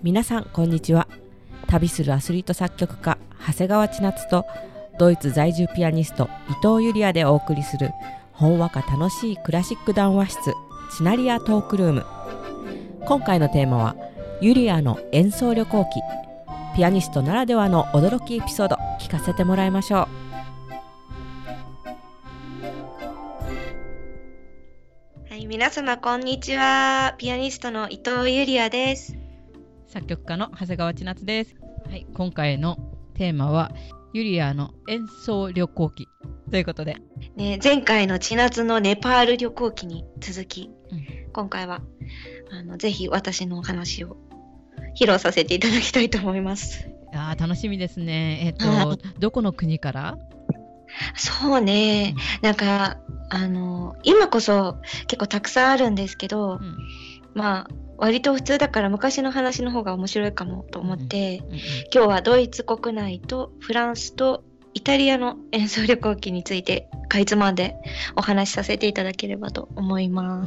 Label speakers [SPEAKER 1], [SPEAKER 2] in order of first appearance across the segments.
[SPEAKER 1] 皆さんこんにちは。旅するアスリート作曲家長谷川千夏とドイツ在住ピアニスト伊藤ゆりあでお送りするほんわか楽しいクラシック談話室チナリアトークルーム。今回のテーマはユリアの演奏旅行記。ピアニストならではの驚きエピソード聞かせてもらいましょう。
[SPEAKER 2] はい、皆様こんにちは。ピアニストの伊藤ゆりあです。
[SPEAKER 3] 作曲家の長谷川千夏です。はい、今回のテーマはユリアの演奏旅行記ということで、
[SPEAKER 2] ね、前回の千夏のネパール旅行記に続き、今回はぜひ私のお話を披露させていただきたいと思います。
[SPEAKER 3] 楽しみですね。どこの国から？
[SPEAKER 2] そうね、なんか今こそ結構たくさんあるんですけど、まあ割と普通だから昔の話の方が面白いかもと思って、今日はドイツ国内とフランスとイタリアの演奏旅行記についてかいつまんでお話しさせていただければと思います。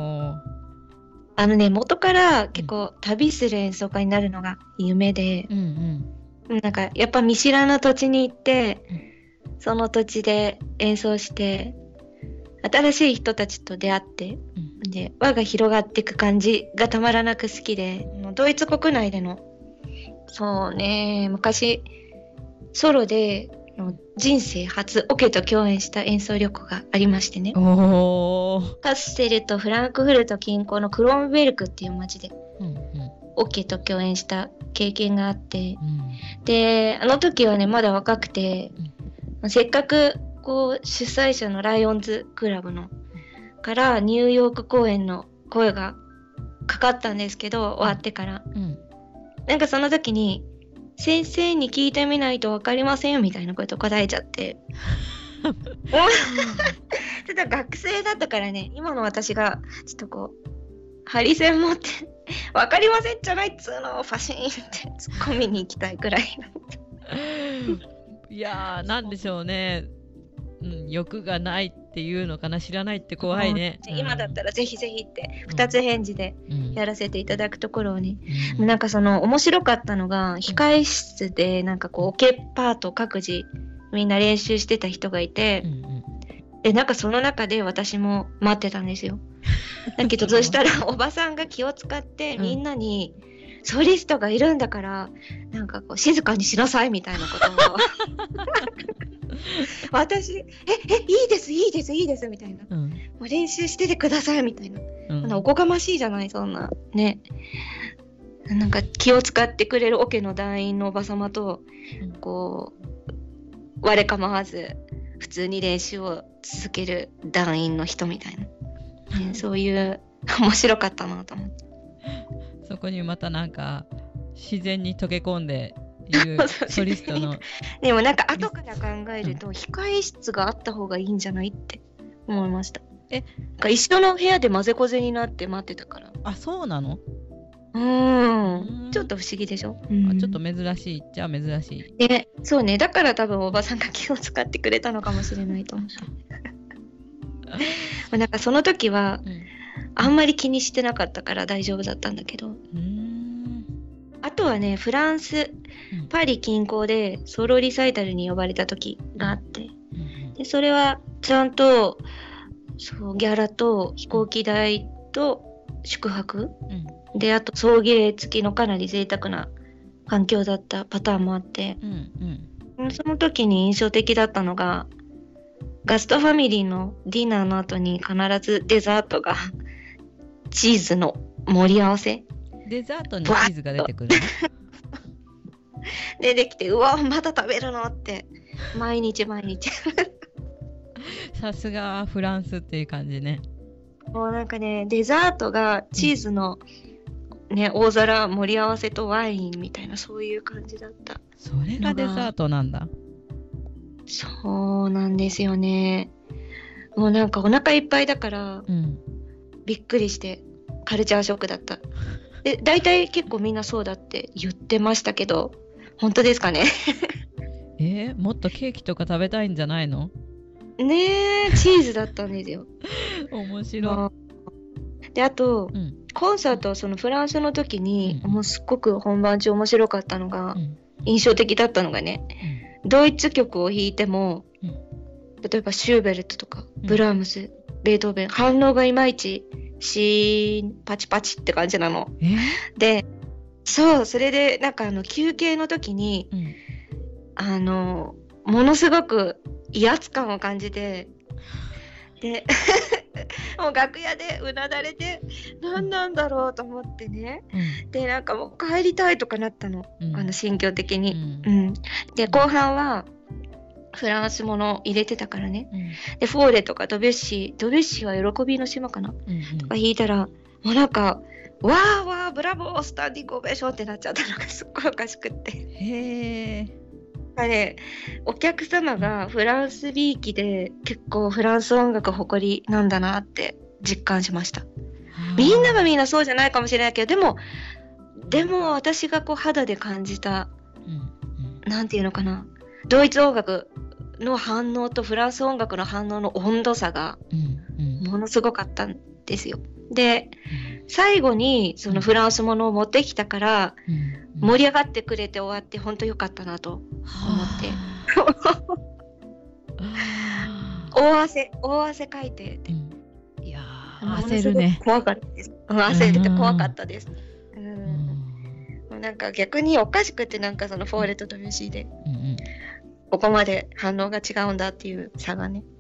[SPEAKER 2] 元から結構旅する演奏家になるのが夢で、なんかやっぱ見知らぬ土地に行って、その土地で演奏して新しい人たちと出会って、で輪が広がっていく感じがたまらなく好きで、ドイツ国内でのそうね、昔ソロで人生初オケと共演した演奏旅行がありましてね。カッセルとフランクフルト近郊のクロンベルクっていう町でオケと共演した経験があって、であの時はねまだ若くて、せっかくこう主催者のライオンズクラブのからニューヨーク公演の声がかかったんですけど、終わってから、なんかその時に先生に聞いてみないと分かりませんみたいなこと答えちゃってちょっと学生だったからね、今の私がちょっとこうハリセン持って分かりませんじゃないっつうのをファシーンって突っ込みに行きたいくらい
[SPEAKER 3] いやーなんでしょうね、欲がないっていうのかな、知らないって怖いね。
[SPEAKER 2] 今だったらぜひぜひって2つ返事でやらせていただくところをね、なんかその面白かったのが控え室でなんかこうオケパート各自みんな練習してた人がいて、でなんかその中で私も待ってたんですよ。だけどそしたらおばさんが気を使ってみんなに、ソリストがいるんだからなんかこう静かにしなさいみたいなことを私いいですみたいな、もう練習しててくださいみたいな、おこがましいじゃないそんなね。なんか気を使ってくれるオケの団員のおばさまと、こう我構わず普通に練習を続ける団員の人みたいな、そういう面白かったなと思って、
[SPEAKER 3] そこにまたなんか自然に溶け込んでいるソリストの
[SPEAKER 2] でもなんか後から考えると、控え室があった方がいいんじゃないって思いました。一緒の部屋で混ぜこぜになって待ってたから。
[SPEAKER 3] あ、そうなの？
[SPEAKER 2] ちょっと不思議でしょ、
[SPEAKER 3] ちょっと珍しいっちゃ珍しい。
[SPEAKER 2] そうね、だから多分おばさんが気を使ってくれたのかもしれないと思うなんかその時は、あんまり気にしてなかったから大丈夫だったんだけど、あとはねフランスパリ近郊でソロリサイタルに呼ばれた時があって、でそれはちゃんとそうギャラと飛行機代と宿泊、であと送迎付きのかなり贅沢な環境だったパターンもあって、その時に印象的だったのがガストファミリーのディナーの後に必ずデザートがチーズの盛り合わせ、
[SPEAKER 3] デザートにチーズが出てくる
[SPEAKER 2] 出てきて、うわまた食べるのって毎日
[SPEAKER 3] さすがフランスっていう感じね。
[SPEAKER 2] もうなんかねデザートがチーズの、大皿盛り合わせとワインみたいな、そういう感じだった。
[SPEAKER 3] それがデザートなんだ。
[SPEAKER 2] そうなんですよね。もうなんかお腹いっぱいだから、びっくりしてカルチャーショックだった。で大体結構みんなそうだって言ってましたけど、本当ですかね
[SPEAKER 3] もっとケーキとか食べたいんじゃないの？
[SPEAKER 2] チーズだったんですよ
[SPEAKER 3] 面白い。
[SPEAKER 2] であと、コンサートそのフランスの時に、もうすっごく本番中面白かったのが、印象的だったのがね、ドイツ曲を弾いても、例えばシューベルトとかブラームス、ベートーベン、反応がいまいちパチパチって感じなの。で、そう、それでなんか休憩の時に、ものすごく威圧感を感じて、でもう楽屋でうなだれて、何なんだろうと思ってね、でなんかもう帰りたいとかなったの、心境的に、で後半はフランスもの入れてたからね、でフォーレとかドビュッシーは喜びの島かな、とか弾いたら、もうなんかわーわーブラボースタンディングオベーションってなっちゃったのがすっごいおかしくって。へー。お客様がフランスびいきで結構フランス音楽誇りなんだなって実感しました。みんながみんなそうじゃないかもしれないけど、でも私がこう肌で感じた、なんていうのかな、ドイツ音楽の反応とフランス音楽の反応の温度差がものすごかったんですよ。で、最後にそのフランスものを持ってきたから、盛り上がってくれて終わって本当良かったなと思って、大汗かいて、
[SPEAKER 3] いや焦るね。
[SPEAKER 2] 怖かったです。焦ってて怖かったです。なんか逆におかしくて、なんかそのフォーレとドビュッシーで、ここまで反応が違うんだっていう差がね。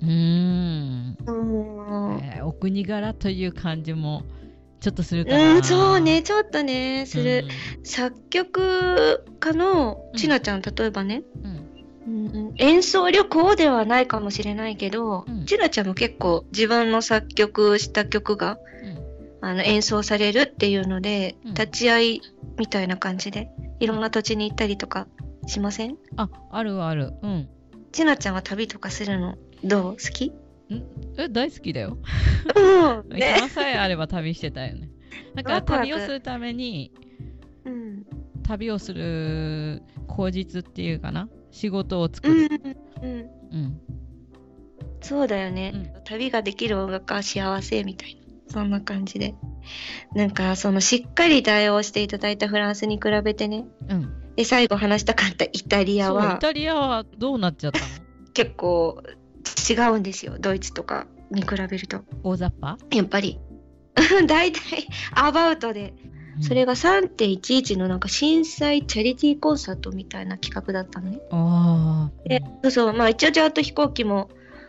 [SPEAKER 3] お国柄という感じもちょっとするかな。
[SPEAKER 2] そうね、ちょっとねする。作曲家のちなちゃん、例えばね、演奏力こうではないかもしれないけど、ちなちゃんも結構自分の作曲した曲が、演奏されるっていうので、立ち会いみたいな感じでいろんな土地に行ったりとかしません？
[SPEAKER 3] あるある。
[SPEAKER 2] ちなちゃんは旅とかするのどう？好き？
[SPEAKER 3] 大好きだよ。暇さえあれば旅してたよね。だから旅をするために、旅をする口実っていうかな、仕事を作る。
[SPEAKER 2] そうだよね、旅ができる音楽は幸せみたいな、そんな感じで、なんかそのしっかり対応していただいたフランスに比べてね、で最後話したかったイタリアは
[SPEAKER 3] どうなっちゃったの？
[SPEAKER 2] 結構違うんですよ、ドイツとかに比べると。
[SPEAKER 3] 大雑把？や
[SPEAKER 2] っぱり大体アバウトで、それが 3.11 のなんか震災チャリティーコンサートみたいな企画だったのね。で、そう、一応ちゃんと飛行機も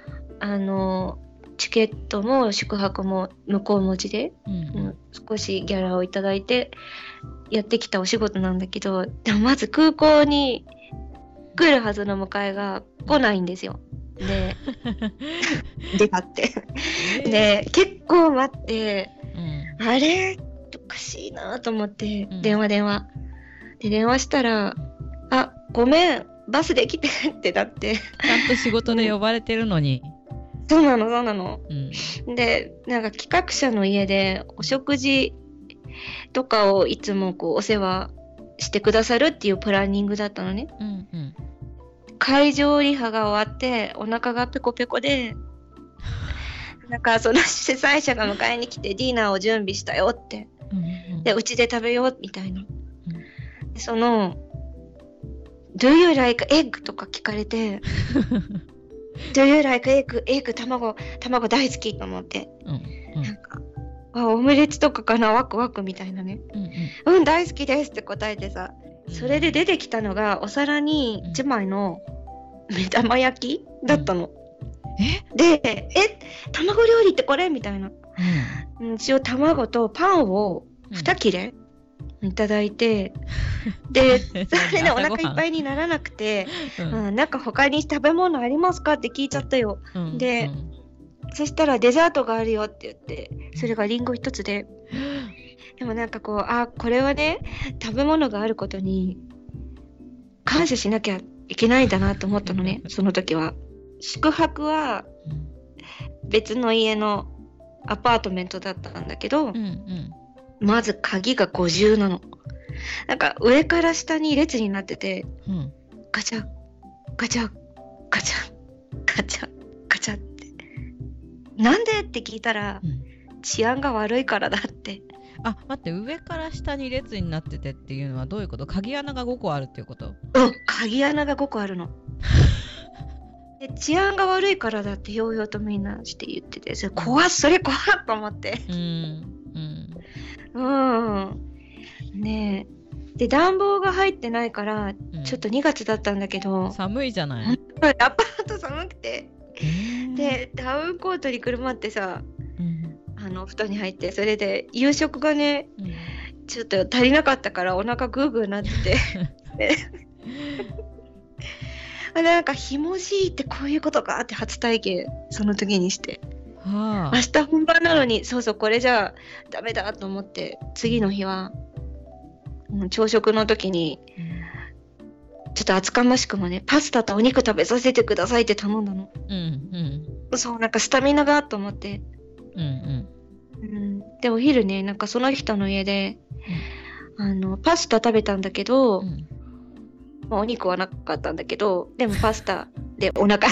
[SPEAKER 2] チケットも宿泊も向こう持ちで、少しギャラをいただいてやってきたお仕事なんだけど、でもまず空港に来るはずの迎えが来ないんですよ。で出たってで結構待って、あれおかしいなと思って、電話で電話したら、ごめんバスで来てってだって、
[SPEAKER 3] ちゃんと仕事で呼ばれてるのに、
[SPEAKER 2] そうなの、でなんか企画者の家でお食事とかをいつもこうお世話してくださるっていうプランニングだったのね。会場リハが終わってお腹がペコペコで、なんかその主催者が迎えに来てディナーを準備したよって、でうちで食べようみたいな、でその Do you like egg? とか聞かれてDo you like egg? 卵大好きと思って、なんかオムレツとかかな、ワクワクみたいなね、大好きですって答えてさ、それで出てきたのがお皿に1枚の目玉焼きだったの。で、卵料理ってこれみたいな。一応卵とパンを2切れいただいて、で、それでお腹いっぱいにならなくて、なんか他に食べ物ありますかって聞いちゃったよ。で、そしたらデザートがあるよって言って、それがリンゴ1つで、でもなんかこう、これはね、食べ物があることに感謝しなきゃいけないんだなと思ったのね、その時は。宿泊は別の家のアパートメントだったんだけど、まず鍵が50なの。なんか上から下に列になってて、ガチャガチャガチャガチャガチャって、なんでって聞いたら、 治安が悪いからだって。
[SPEAKER 3] あ、待って、上から下に列になっててっていうのはどういうこと？鍵穴が5個あるっていうこと？
[SPEAKER 2] 鍵穴が5個あるの。で治安が悪いからだってようようとみんなして言ってて、それ怖っと思って。ねえ。で暖房が入ってないから、ちょっと2月だったんだけど、
[SPEAKER 3] 寒いじゃない。
[SPEAKER 2] アパート寒くて、でダウンコートにくるまってさ、お布団に入って、それで夕食がね、ちょっと足りなかったからお腹グーグーなっててなんかひもじいってこういうことかって初体験その時にして、明日本番なのにこれじゃダメだと思って、次の日は、朝食の時に、ちょっと厚かましくもね、パスタとお肉食べさせてくださいって頼んだの。なんかスタミナがと思って、でお昼ね、なんかその人の家で、パスタ食べたんだけど、お肉はなかったんだけど、でもパスタでお腹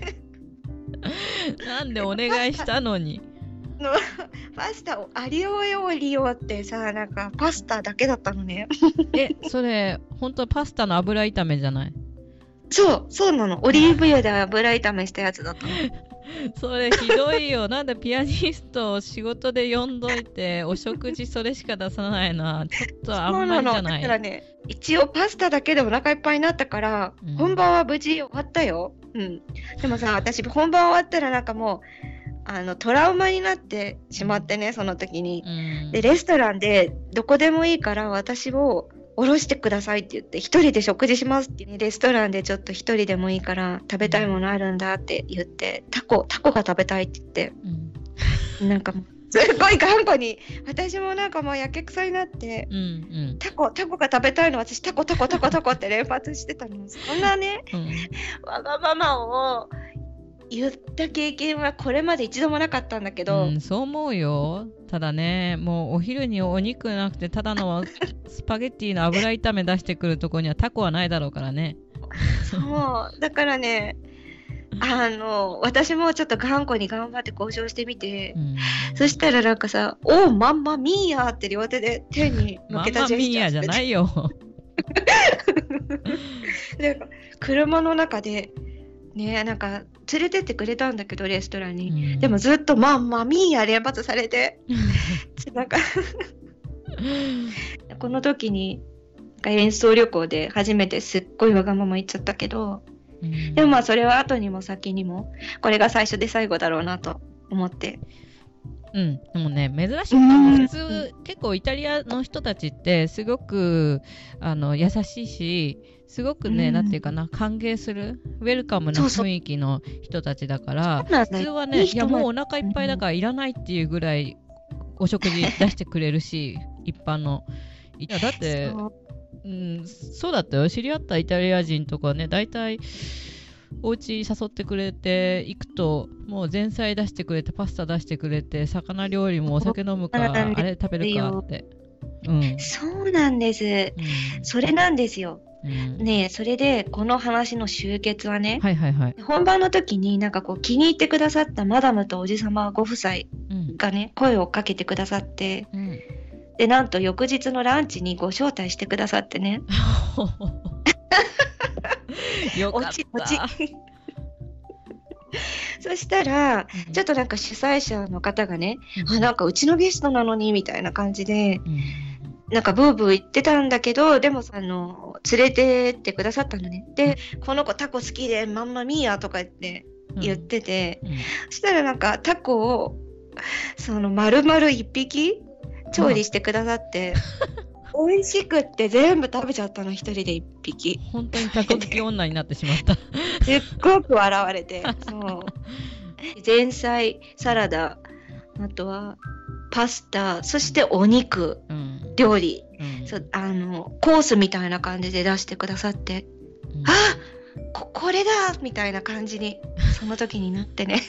[SPEAKER 3] なんでお願いしたのに
[SPEAKER 2] パスタをありようようりようってさ、なんかパスタだけだったのね
[SPEAKER 3] それ本当パスタの油炒めじゃない？
[SPEAKER 2] そうなの。オリーブ油で油炒めしたやつだったの
[SPEAKER 3] それひどいよ。なんでピアニストを仕事で呼んどいてお食事それしか出さないのはちょっとあんまりじゃない。
[SPEAKER 2] だからね、一応パスタだけでお腹いっぱいになったから、本番は無事終わったよ。でもさ、私本番終わったらなんかもうトラウマになってしまってね、その時に、でレストランでどこでもいいから私を降ろしてくださいって言って、一人で食事しますって、レストランでちょっと一人でもいいから食べたいものあるんだって言って、タコが食べたいって言って、なんかもうすごい頑固に、私もなんかもうやけくそになって、タコが食べたいの、私タコって連発してたの。そんなね、わがままを言った経験はこれまで一度もなかったんだけど、
[SPEAKER 3] そう思うよ。ただね、もうお昼にお肉なくてただのスパゲッティの油炒め出してくるところにはタコはないだろうからね。
[SPEAKER 2] そうだからね、私もちょっと頑固に頑張って交渉してみて、そしたらなんかさ、おマンマミーヤーって両手で手に乗っけたジェスチャーして、マンマミーヤー
[SPEAKER 3] じゃないよ
[SPEAKER 2] なんか車の中でね、なんか連れてってくれたんだけどレストランに、でもずっとマンマミーヤ連発されてなんかこの時に演奏旅行で初めてすっごいわがまま言っちゃったけど、でもまあそれは後にも先にもこれが最初で最後だろうなと思って。
[SPEAKER 3] でもね、珍しい。普通、結構イタリアの人たちってすごく優しいし、すごくね、なんていうかな、歓迎するウェルカムな雰囲気の人たちだから、普通はね、いやもうお腹いっぱいだからいらないっていうぐらいお食事出してくれるし一般の、いやだってそうだったよ。知り合ったイタリア人とかね、大体お家誘ってくれて行くと、もう前菜出してくれて、パスタ出してくれて、魚料理もお酒飲むか、あれ食べるかって。
[SPEAKER 2] そうなんです。それなんですよ。ねえ、それでこの話の終結はね、本番の時になんかこう気に入ってくださったマダムとおじさまご夫妻がね、声をかけてくださって、でなんと翌日のランチにご招待してくださってね
[SPEAKER 3] よかった。
[SPEAKER 2] そしたら、ちょっとなんか主催者の方がね、なんかうちのゲストなのにみたいな感じで、なんかブーブー言ってたんだけど、でも連れてってくださったのね。で、この子タコ好きでマンマミーヤとか言ってて、そしたらなんかタコを丸々一匹調理してくださって、美味しくって全部食べちゃったの、一人で一匹。
[SPEAKER 3] 本当にタコ好き女になってしまった
[SPEAKER 2] すっごく笑われてそう前菜、サラダ、あとはパスタ、そしてお肉、料理、コースみたいな感じで出してくださって、これだみたいな感じにその時になってね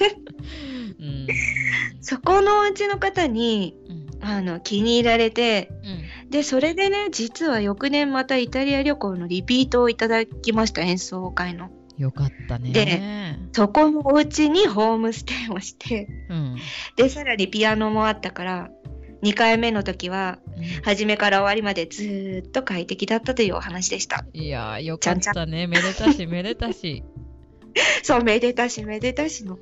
[SPEAKER 2] そこのうちの方に気に入られて、でそれでね、実は翌年またイタリア旅行のリピートをいただきました、演奏会の。
[SPEAKER 3] よかったね。
[SPEAKER 2] で、そこのお家にホームステイをして、で、さらにピアノもあったから、2回目の時は、初めから終わりまでずーっと快適だったというお話でした。
[SPEAKER 3] いやー、よかったね。めでたし、めでたし。
[SPEAKER 2] そう、めでたし、めでたしの。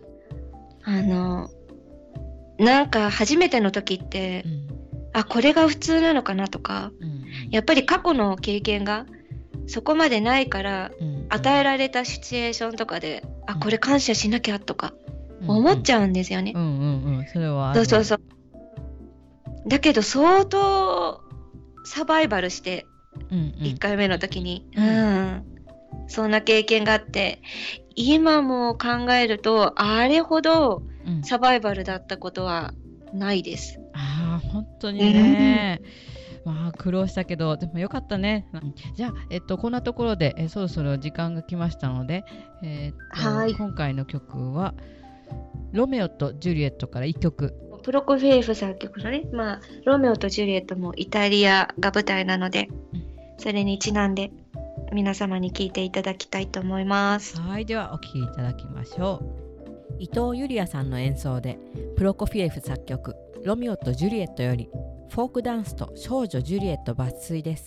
[SPEAKER 2] なんか初めての時って、これが普通なのかなとか、やっぱり過去の経験がそこまでないから、与えられたシチュエーションとかで、これ感謝しなきゃとか思っちゃうんですよね。
[SPEAKER 3] それはある。
[SPEAKER 2] そうそうそう。だけど相当サバイバルして、1回目の時に、そんな経験があって、今も考えるとあれほどサバイバルだったことはないです。
[SPEAKER 3] 本当にね。まあ苦労したけど、でもよかったね。じゃあ、こんなところで、そろそろ時間が来ましたので、今回の曲はロメオとジュリエットから1曲。
[SPEAKER 2] プロコフィエフ作曲のね、ロメオとジュリエットもイタリアが舞台なので、それにちなんで皆様に聴いていただきたいと思います。
[SPEAKER 3] はい、ではお聴きいただきましょ
[SPEAKER 1] う。伊藤ゆりやさんの演奏で、プロコフィエフ作曲ロミオとジュリエットよりフォークダンスと少女ジュリエット抜粋です。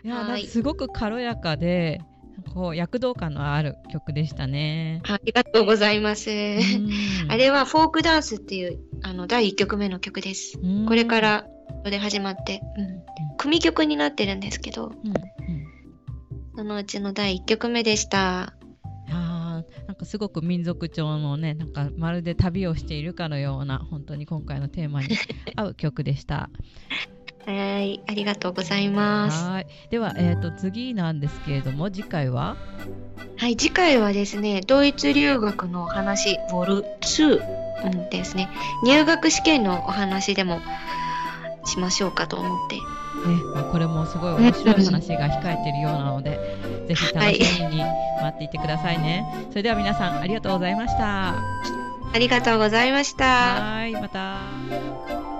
[SPEAKER 3] いや、すごく軽やかで、こう躍動感のある曲でしたね。
[SPEAKER 2] ありがとうございます。あれはフォークダンスっていう第1曲目の曲です。これからで始まって、組曲になってるんですけど、そのうちの第1曲目でした。
[SPEAKER 3] なんかすごく民族調のね、なんかまるで旅をしているかのような、本当に今回のテーマに合う曲でした。
[SPEAKER 2] はい、ありがとうございます。
[SPEAKER 3] はい、では、次なんですけれども、次回は？
[SPEAKER 2] はい、次回はですね、ドイツ留学のお話、ボル2、ですね。入学試験のお話でもしましょうかと思って。
[SPEAKER 3] これもすごい面白い話が控えているようなので、ぜひ楽しみに待っていてくださいね。それでは皆さんありがとうございました。
[SPEAKER 2] ありがとうございました。
[SPEAKER 3] はい、また。